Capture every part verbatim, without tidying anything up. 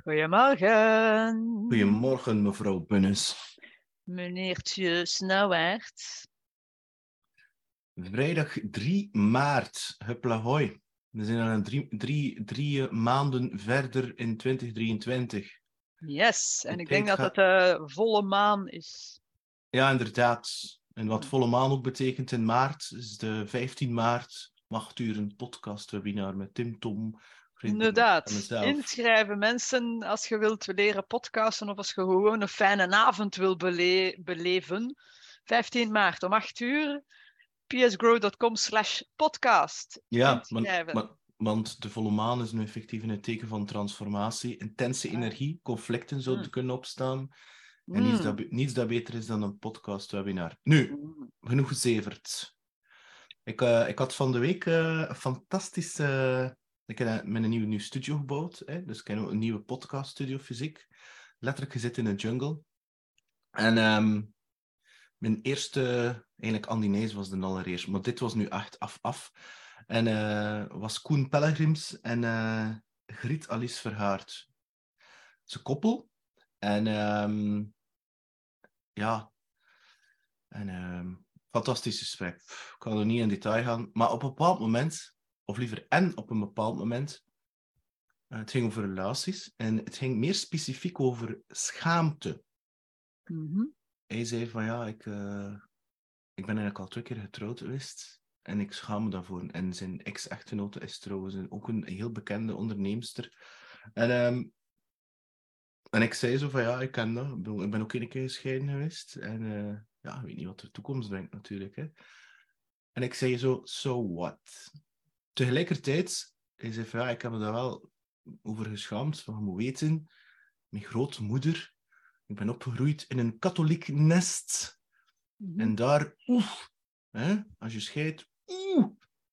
Goedemorgen. Goedemorgen, mevrouw Bunnes. Meneertje Snauwaert. Vrijdag drie maart. Huppla hoi. We zijn al een drie, drie, drie maanden verder in twintig drieëntwintig. Yes, en De ik denk dat tijd het uh, volle maan is. Ja, inderdaad. En wat volle maan ook betekent in maart, is de vijftien maart, acht uur een podcast-webinar met Tim, Tom, Frederik en Inderdaad. mezelf. Inschrijven mensen als je wilt leren podcasten of als je gewoon een fijne avond wil bele- beleven. vijftien maart om acht uur. p s grow dot com slash podcast. Ja, Inschrijven. want, want de volle maan is nu effectief een teken van transformatie. Intense Ah. energie, conflicten zouden Mm. kunnen opstaan. Mm. En niets dat, niets dat beter is dan een podcast-webinar. Nu, Mm. genoeg gezeverd. Ik, uh, ik had van de week uh, een fantastische... Uh, ik heb met een nieuwe, nieuwe studio gebouwd. Hè? Dus ik heb een nieuwe podcaststudio fysiek. Letterlijk gezet in een jungle. En um, mijn eerste... Eigenlijk Andinees was de allereerste. Maar dit was nu echt af af. En uh, was Koen Pellegrims en uh, Griet Alice Verhaert. Ze koppel. En... Um, ja... En... Um, fantastisch gesprek. Ik kan er niet in detail gaan. Maar op een bepaald moment, of liever en op een bepaald moment, uh, het ging over relaties. En het ging meer specifiek over schaamte. Mm-hmm. Hij zei van ja, ik, uh, ik ben eigenlijk al twee keer getrouwd geweest. En ik schaam me daarvoor. En zijn ex-echtgenote is trouwens ook een heel bekende onderneemster. En, um, en ik zei zo van ja, ik ken dat. Ik ben ook een keer gescheiden geweest. En uh, ja, ik weet niet wat de toekomst brengt natuurlijk. Hè. En ik zei zo, so what? Tegelijkertijd, hij zei van ja, ik heb me daar wel over geschaamd. Want je moet weten, mijn grootmoeder, ik ben opgegroeid in een katholiek nest. Mm-hmm. En daar, oef, hè, als je scheidt, oeh.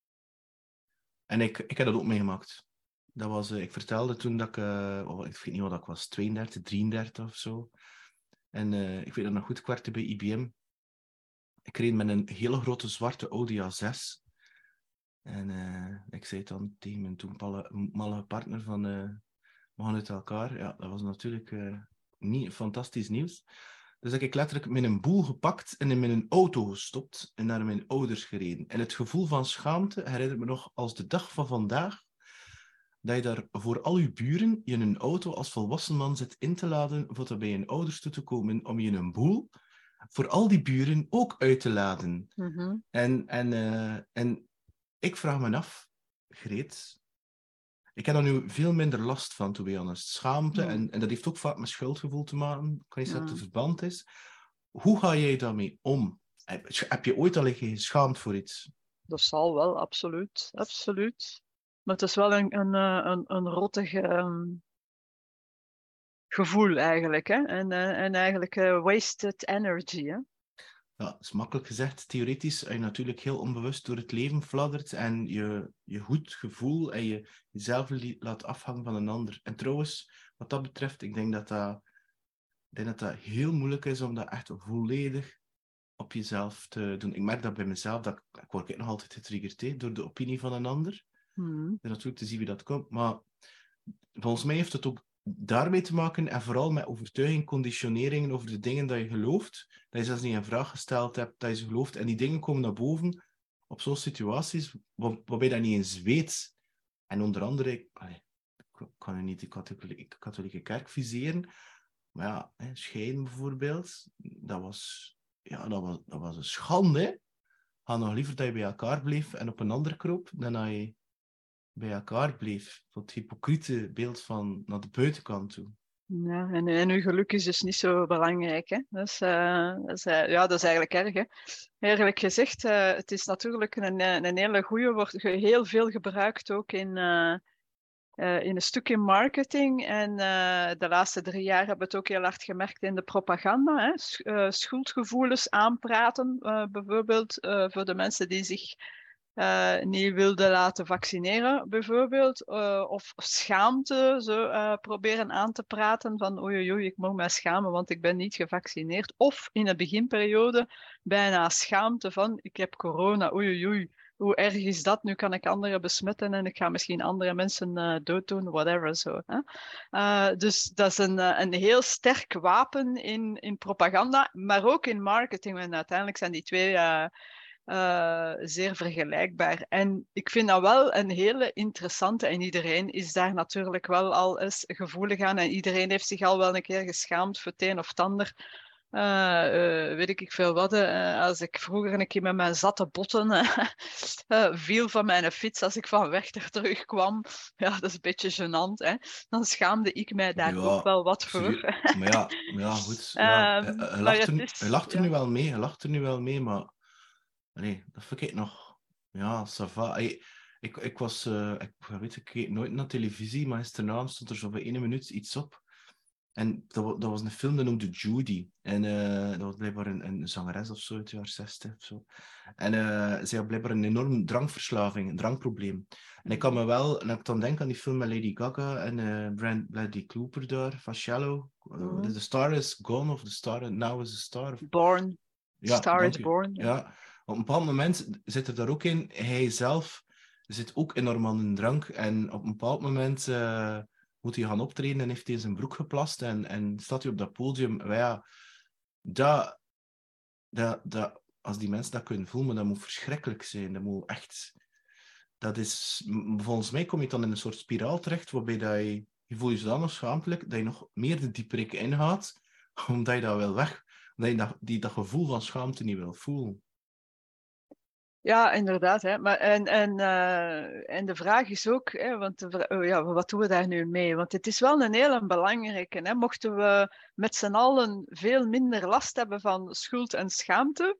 En ik, ik heb dat ook meegemaakt. Dat was, uh, ik vertelde toen dat ik, uh, oh, ik weet niet wat ik was, tweeëndertig, drieëndertig of zo. En uh, ik weet dat nog goed, ik werkte bij I B M. Ik reed met een hele grote zwarte Audi A zes. En uh, ik zei dan tegen mijn toenmalige partner van, uh, we gaan uit elkaar. Ja, dat was natuurlijk uh, niet fantastisch nieuws. Dus heb ik letterlijk met een boel gepakt en in mijn auto gestopt en naar mijn ouders gereden. En het gevoel van schaamte herinnert me nog als de dag van vandaag, dat je daar voor al je buren in een auto als volwassen man zit in te laden voor bij je ouders toe te komen om je een boel voor al die buren ook uit te laden. Mm-hmm. En, en, uh, en ik vraag me af, Greet, ik heb er nu veel minder last van, to be honest. Schaamte, mm. en, en dat heeft ook vaak met schuldgevoel te maken. Ik kan niet zeggen dat het verband is. Hoe ga jij daarmee om? Heb, heb je ooit al geschaamd voor iets? Dat zal wel, absoluut. Absoluut. Maar het is wel een, een, een, een rottig um, gevoel eigenlijk. Hè? En, uh, en eigenlijk uh, wasted energy. Hè? Ja, dat is makkelijk gezegd. Theoretisch, als je natuurlijk heel onbewust door het leven fladdert en je, je goed gevoel en je jezelf laat afhangen van een ander. En trouwens, wat dat betreft, ik denk dat dat, ik denk dat, dat heel moeilijk is om dat echt volledig op jezelf te doen. Ik merk dat bij mezelf, dat ik, ik word nog altijd getriggerd he, door de opinie van een ander. Hmm. En natuurlijk te zien wie dat komt. Maar volgens mij heeft het ook daarmee te maken, en vooral met overtuiging, conditioneringen over de dingen dat je gelooft, dat je zelfs niet in vraag gesteld hebt, dat je ze gelooft, en die dingen komen naar boven op zo'n situaties waar, waarbij je dat niet eens weet. En onder andere, allee, ik kan nu niet de katholieke, katholieke kerk viseren, maar ja, hè, scheiden bijvoorbeeld, dat was, ja, dat was, dat was een schande. Hè? Ga nog liever dat je bij elkaar bleef en op een ander kroop, dan dat je bij elkaar bleef. Voor het hypocriete beeld van naar de buitenkant toe. Ja, en, en uw geluk is dus niet zo belangrijk. Hè? Dat, is, uh, dat, is, uh, ja, dat is eigenlijk erg. Hè? Eerlijk gezegd, uh, het is natuurlijk een, een hele goede, wordt heel veel gebruikt ook in, uh, uh, in een stukje marketing. En uh, de laatste drie jaar hebben we het ook heel hard gemerkt in de propaganda. Hè? S- uh, schuldgevoelens aanpraten, uh, bijvoorbeeld uh, voor de mensen die zich Uh, niet wilde laten vaccineren, bijvoorbeeld. Uh, of schaamte zo, uh, proberen aan te praten van oei, oei, oei, ik moet mij schamen, want ik ben niet gevaccineerd. Of in de beginperiode bijna schaamte van ik heb corona, oei, oei, oei. hoe erg is dat? Nu kan ik anderen besmetten en ik ga misschien andere mensen uh, dooddoen, whatever. Zo, hè? Uh, dus dat is een, uh, een heel sterk wapen in, in propaganda, maar ook in marketing. En uiteindelijk zijn die twee uh, uh, zeer vergelijkbaar. En ik vind dat wel een hele interessante. En iedereen is daar natuurlijk wel al eens gevoelig aan. En iedereen heeft zich al wel een keer geschaamd voor het een of het ander. Uh, uh, weet ik veel wat. Uh, als ik vroeger een keer met mijn zatte botten uh, uh, viel van mijn fiets als ik van weg er terugkwam. Ja, dat is een beetje gênant. Hè? Dan schaamde ik mij daar Ja, ook wel wat voor. serieus. Maar ja, maar ja goed. Ja. um, Hij, hij, maar lacht het er, hij is... lacht er Ja. nu wel mee, hij lacht er nu wel mee, maar... Nee, dat vind ik nog... Ja, ça va. Hey, ik, ik was... Uh, ik weet, ik keek nooit naar televisie, maar gisteravond stond er zo voor één minuut iets op. En dat, wa- dat was een film, dat noemde Judy. En uh, dat was blijkbaar een, een zangeres of zo, uit de jaren zestig of zo. En uh, zij had blijkbaar een enorm drankverslaving, een drankprobleem. En ik kan me wel, en ik dan denk aan die film met Lady Gaga en uh, Brand, Bradley Cooper daar, van Shallow. Uh, Mm-hmm. The Star is Gone, of The Star Now is a Star. Of... Born. Ja, Star dank is u. Born. Ja. Ja, op een bepaald moment zit er daar ook in, hij zelf zit ook enorm aan een drank. En op een bepaald moment... Uh, moet hij gaan optreden en heeft hij in zijn broek geplast en, en staat hij op dat podium. Maar ja, dat, dat, dat, als die mensen dat kunnen voelen, dat moet verschrikkelijk zijn. Dat moet echt... Dat is... Volgens mij kom je dan in een soort spiraal terecht, waarbij dat je, je voelt je zodanig schaamtelijk, dat je nog meer de dieperik ingaat, omdat je dat wil weg... Omdat je dat, die, dat gevoel van schaamte niet wil voelen. Ja, inderdaad. Hè. Maar, en, en, uh, en de vraag is ook, hè, want de, oh ja, wat doen we daar nu mee? Want het is wel een hele belangrijke. Hè. Mochten we met z'n allen veel minder last hebben van schuld en schaamte,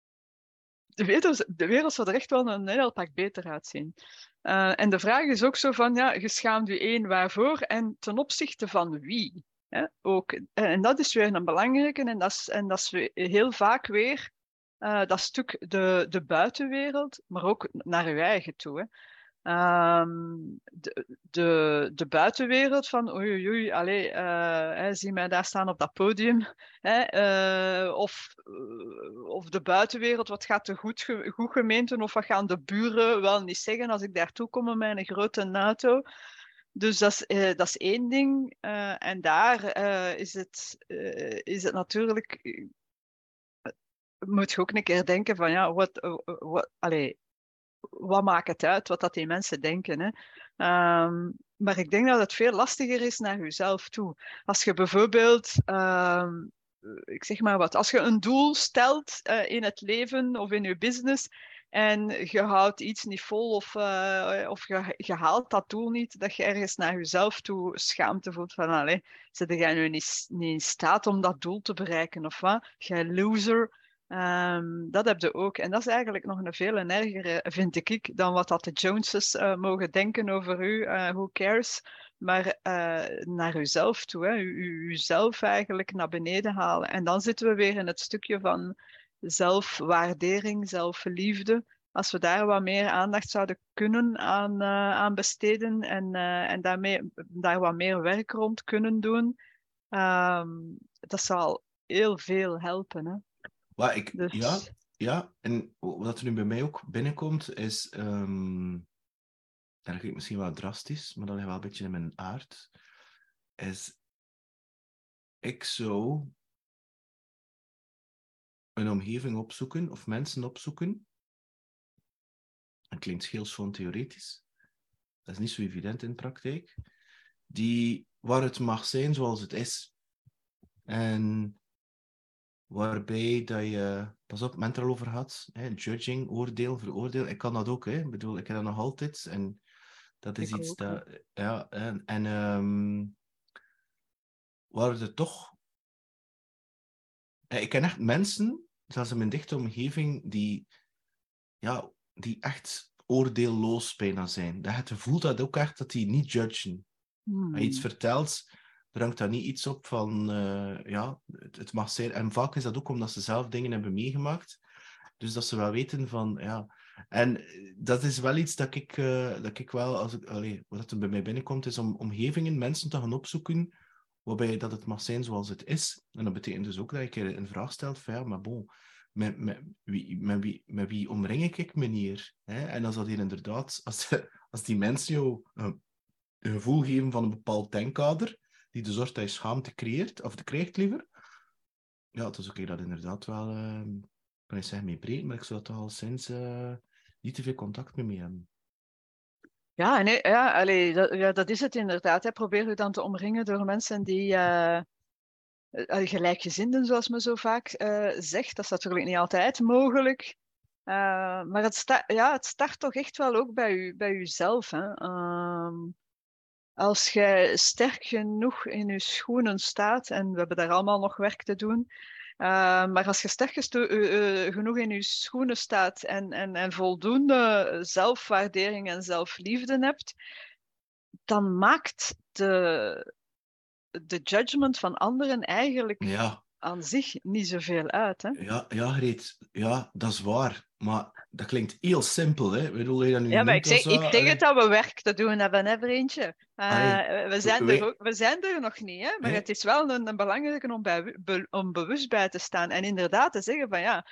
de wereld, de wereld zou er echt wel een heel pak beter uitzien. Uh, en de vraag is ook zo van, ja, je schaamt je één waarvoor en ten opzichte van wie? Hè? Ook, en dat is weer een belangrijke en dat is, en dat is heel vaak weer... Uh, dat stuk de, de buitenwereld, maar ook naar uw eigen toe. Hè. Um, de, de, de buitenwereld van oei oei oei, allee, uh, hè, zie mij daar staan op dat podium. Hè, uh, of, uh, of de buitenwereld, wat gaat de goed, ge, goed gemeenten of wat gaan de buren wel niet zeggen als ik daartoe kom met mijn grote auto. Dus dat is, uh, dat is één ding. Uh, en daar uh, is, het, uh, is het natuurlijk... moet je ook een keer denken van ja, wat, wat, allez, wat maakt het uit wat dat die mensen denken. Hè? Um, maar ik denk dat het veel lastiger is naar jezelf toe. Als je bijvoorbeeld, um, ik zeg maar wat, als je een doel stelt uh, in het leven of in je business en je houdt iets niet vol of, uh, of je, je haalt dat doel niet, dat je ergens naar jezelf toe schaamte voelt van allee, zit jij nu niet, niet in staat om dat doel te bereiken of wat? Jij loser. Um, dat heb je ook. En dat is eigenlijk nog een veel ergere, vind ik, dan wat dat de Joneses uh, mogen denken over u. Uh, who cares? Maar uh, naar uzelf toe. Hè. U, u, uzelf eigenlijk naar beneden halen. En dan zitten we weer in het stukje van zelfwaardering, zelfliefde. Als we daar wat meer aandacht zouden kunnen aan, uh, aan besteden en, uh, en daarmee, daar wat meer werk rond kunnen doen, um, dat zal heel veel helpen. Hè. Maar ik, Dus... ja, ja, en wat er nu bij mij ook binnenkomt is, um, en dat klinkt misschien wel drastisch, maar dat ligt wel een beetje in mijn aard, is ik zou een omgeving opzoeken of mensen opzoeken. Dat klinkt heel schoon theoretisch. Dat is niet zo evident in de praktijk. Die, waar het mag zijn zoals het is. En waarbij dat je, pas op, men er al over had, hè, judging, oordeel, veroordeel. Ik kan dat ook, hè. Ik bedoel, ik heb dat nog altijd. En dat is ik iets ook, dat, ja, en, en um, waar er toch, ik ken echt mensen, zelfs in mijn dichte omgeving, die, ja, die echt oordeelloos bijna zijn. Dat je voelt dat ook echt, dat die niet judgen. Hmm. Als je iets vertelt, brengt dat niet iets op van, uh, ja, het, het mag zijn. En vaak is dat ook omdat ze zelf dingen hebben meegemaakt. Dus dat ze wel weten van, ja. En dat is wel iets dat ik, uh, dat ik wel, als ik, allee, wat er bij mij binnenkomt, is om omgevingen, mensen te gaan opzoeken, waarbij dat het mag zijn zoals het is. En dat betekent dus ook dat ik een vraag stel van, ja, maar bon, met, met, wie, met, wie, met wie omring ik me hier? Hè? En als dat hier inderdaad, als, als die mensen jou een, een gevoel geven van een bepaald denkkader, die de zorgt dat je schaamte creëert, of krijgt liever, ja, dan zou ik dat inderdaad wel, uh, kan ik zeggen, mee breken, maar ik zou dat al sinds uh, niet te veel contact mee hebben. Ja, nee, ja, allee, dat, ja, dat is het inderdaad. Hè. Probeer je dan te omringen door mensen die uh, gelijkgezinden, zoals men zo vaak uh, zegt. Dat is natuurlijk niet altijd mogelijk. Uh, maar het, sta ja, het start toch echt wel ook bij, u, bij uzelf. Hè. Uh, als jij sterk genoeg in je schoenen staat, en we hebben daar allemaal nog werk te doen, uh, maar als je sterk uh, uh, genoeg in je schoenen staat en, en, en voldoende zelfwaardering en zelfliefde hebt, dan maakt de, de judgment van anderen eigenlijk ja. aan zich niet zoveel uit. Hè? Ja, ja, Greet, ja, dat is waar. Maar dat klinkt heel simpel, hè? Ik bedoel, je dat nu Ja, maar noemt, ik dat zeg, zo... ik zeg het Allee, dat we werk te doen hebben, hè, vriendje. allee, Uh, we, zijn er wij, ook, we zijn er nog niet, hè? Maar hè? het is wel een, een belangrijke om, bij, be, om bewust bij te staan. En inderdaad te zeggen van ja,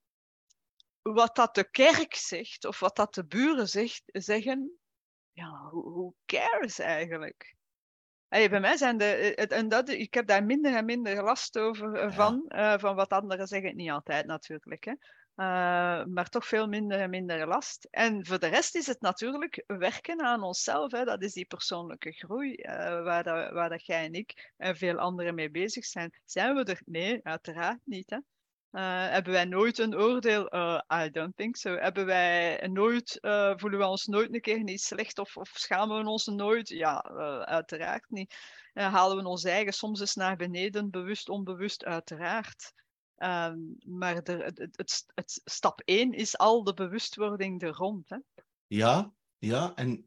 wat dat de kerk zegt, of wat dat de buren zegt, zeggen, ja, who cares eigenlijk? Hey, bij mij zijn de, en dat, ik heb daar minder en minder last over van, Ja. uh, van wat anderen zeggen. Niet altijd natuurlijk, hè. Uh, maar toch veel minder en minder last. En voor de rest is het natuurlijk werken aan onszelf. Hè. Dat is die persoonlijke groei uh, waar, dat, waar dat jij en ik en veel anderen mee bezig zijn. Zijn we er? Nee, uiteraard niet. Hè. Uh, hebben wij nooit een oordeel? Uh, I don't think so. Hebben wij nooit, uh, voelen we ons nooit een keer niet slecht of, of schamen we ons nooit? Ja, uh, uiteraard niet. Uh, halen we ons eigen soms eens naar beneden, bewust, onbewust, uiteraard. Um, maar de, het, het, het, stap één is al de bewustwording er rond. Hè? Ja, ja, en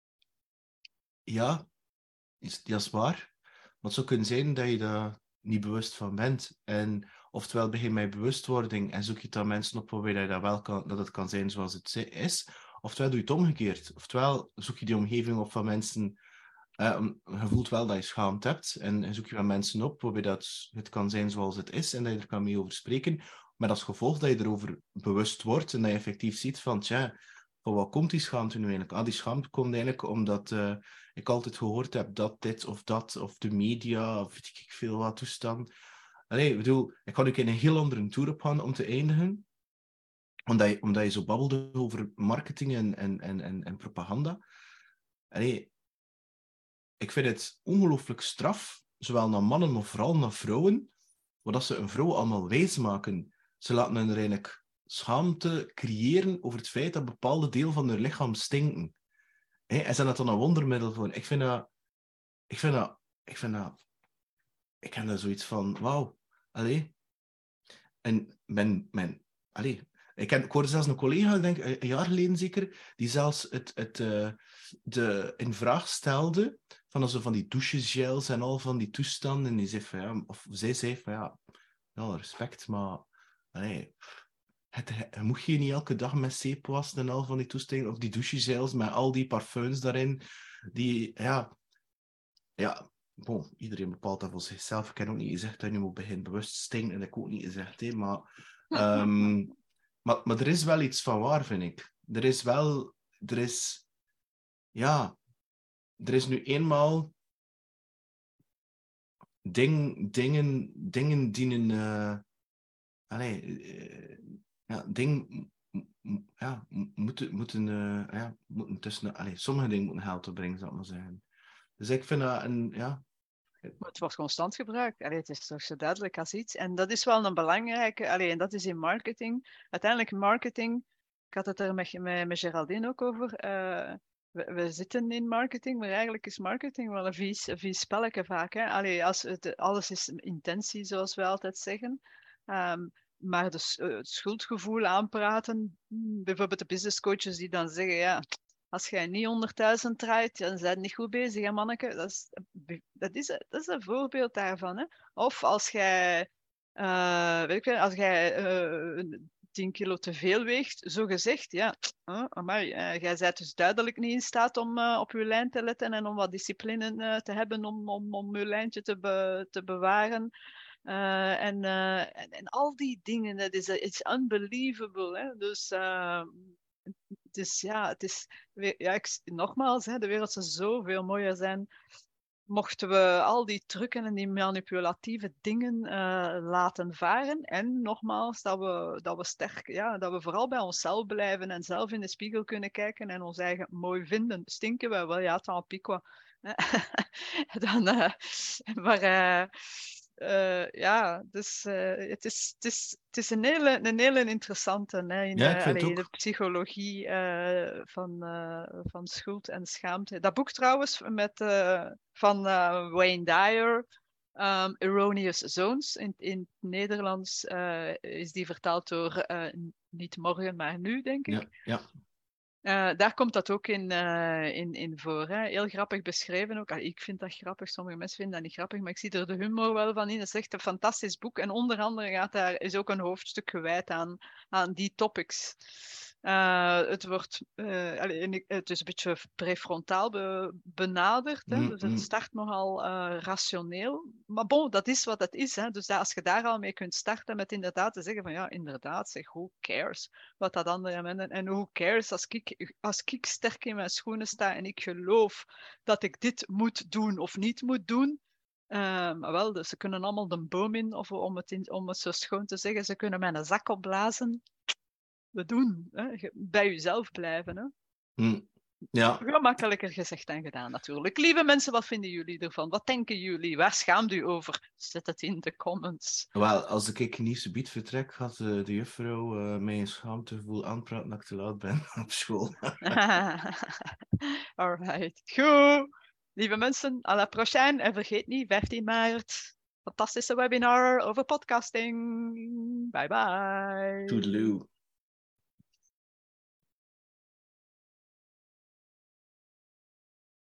ja, is, dat is waar. Maar het zou kunnen zijn dat je daar niet bewust van bent. En oftewel begin met bewustwording en zoek je dan mensen op waarbij je dat wel kan, dat het kan zijn zoals het is. Oftewel doe je het omgekeerd. Oftewel zoek je die omgeving op van mensen. Uh, je voelt wel dat je schaamte hebt en, en zoek je wel mensen op waarbij dat het kan zijn zoals het is en dat je er kan mee over spreken. Maar als gevolg dat je erover bewust wordt en dat je effectief ziet van, tja, van wat komt die schaamte nu eigenlijk? Ah, die schaamte komt eigenlijk omdat uh, ik altijd gehoord heb dat dit of dat, of de media, of weet ik veel wat toestand. Allee, ik bedoel, ik ga nu een heel andere tour op gaan om te eindigen. Omdat je, omdat je zo babbelde over marketing en, en, en, en, en propaganda. Allee, ik vind het ongelooflijk straf, zowel naar mannen, maar vooral naar vrouwen, wat ze een vrouw allemaal wijsmaken. Ze laten hen er eigenlijk schaamte creëren over het feit dat bepaalde delen van hun lichaam stinken. He, en zijn dat dan een wondermiddel voor? Ik vind dat... Ik vind dat... Ik vind dat... Ik heb daar zoiets van... Wauw. Allee. En mijn... mijn allee. Ik, heb, ik hoorde zelfs een collega, ik denk een jaar geleden zeker, die zelfs het, het, uh, de, in vraag stelde van, also van die douchegels en al van die toestanden. En die zei van, ja, of zij zei van, ja, ja respect, maar allee, het, het, het moet je niet elke dag met zeep wassen en al van die toestanden, of die douchegels met al die parfums daarin, die, ja, ja, bon, iedereen bepaalt dat voor zichzelf. Ik heb ook niet gezegd dat je moet beginnen bewust stinken, en dat heb ik ook niet gezegd, hè, maar... Um, Maar, maar er is wel iets van waar, vind ik. Er is wel... Er is... Ja... Er is nu eenmaal... Ding, dingen, dingen dienen... Uh, allee... Uh, ja, ding... Ja, moeten... moeten uh, ja, moeten tussen... Allee, sommige dingen moeten geld opbrengen, zou ik maar zeggen. Dus ik vind dat een... Ja... Het wordt constant gebruikt. Allee, het is toch zo duidelijk als iets. En dat is wel een belangrijke... Allee, en dat is in marketing. Uiteindelijk marketing... Ik had het er met, met, met Geraldine ook over. Uh, we, we zitten in marketing, maar eigenlijk is marketing wel een vies, een vies spelletje vaak. Hè? Allee, als het, alles is intentie, zoals we altijd zeggen. Um, maar de, uh, het schuldgevoel aanpraten. Bijvoorbeeld de business coaches die dan zeggen... ja. Als jij niet honderdduizend draait, dan zijn je niet goed bezig, hè, manneke. Dat is, dat is, dat is een voorbeeld daarvan. Hè. Of als jij, uh, weet ik, als jij uh, tien kilo te veel weegt, zo gezegd, ja, uh, amai, uh, jij bent dus duidelijk niet in staat om uh, op je lijn te letten en om wat discipline uh, te hebben om, om, om je lijntje te, be, te bewaren. Uh, en, uh, en, en al die dingen, dat is it's unbelievable. Hè? Dus uh, het is, ja, het is, ja, ik, nogmaals, hè, de wereld zou zoveel mooier zijn mochten we al die trucken en die manipulatieve dingen uh, laten varen. En nogmaals, dat we, dat we sterk, ja, dat we vooral bij onszelf blijven en zelf in de spiegel kunnen kijken en ons eigen mooi vinden. Stinken we wel, ja, tant pis quoi. Dan, uh, maar uh, uh, ja, dus uh, het, is, het, is, het is een hele, een hele interessante hè, in Ja, de, ik vind allee, het de ook. psychologie uh, van, uh, van schuld en schaamte. Dat boek trouwens met, uh, van uh, Wayne Dyer, um, Erroneous Zones, in, in het Nederlands uh, is die vertaald door uh, niet morgen, maar nu, denk ik. Ja, ja. Uh, daar komt dat ook in, uh, in, in voor. Hè? Heel grappig beschreven ook. Ah, ik vind dat grappig, sommige mensen vinden dat niet grappig, maar ik zie er de humor wel van in. Het is echt een fantastisch boek. En onder andere gaat daar, is ook een hoofdstuk gewijd aan, aan die topics. Uh, het, wordt, uh, allez, het is een beetje prefrontaal be, benaderd. Hè? Mm, Dus het mm. start nogal uh, rationeel. Maar bon, dat is wat het is. Hè? Dus dat, als je daar al mee kunt starten met inderdaad te zeggen van ja, inderdaad, zeg, who cares wat dat andere mensen... En who cares als ik, als ik sterk in mijn schoenen sta en ik geloof dat ik dit moet doen of niet moet doen. Uh, maar wel, dus ze kunnen allemaal de boom in, of om het, in, om het zo schoon te zeggen, ze kunnen mij een zak opblazen. We doen. Hè? Bij jezelf blijven. Hè? Mm. Ja. Gemakkelijker gezegd dan gedaan, natuurlijk. Lieve mensen, wat vinden jullie ervan? Wat denken jullie? Waar schaamt u over? Zet het in de comments. Wel, als ik niet subiet vertrek, gaat uh, de juffrouw uh, mij een schaamtegevoel aanpraten dat ik te laat ben op school. Alright, goed. Lieve mensen, à la prochaine. En vergeet niet, vijftien maart, fantastische webinar over podcasting. Bye bye. Toedeloe.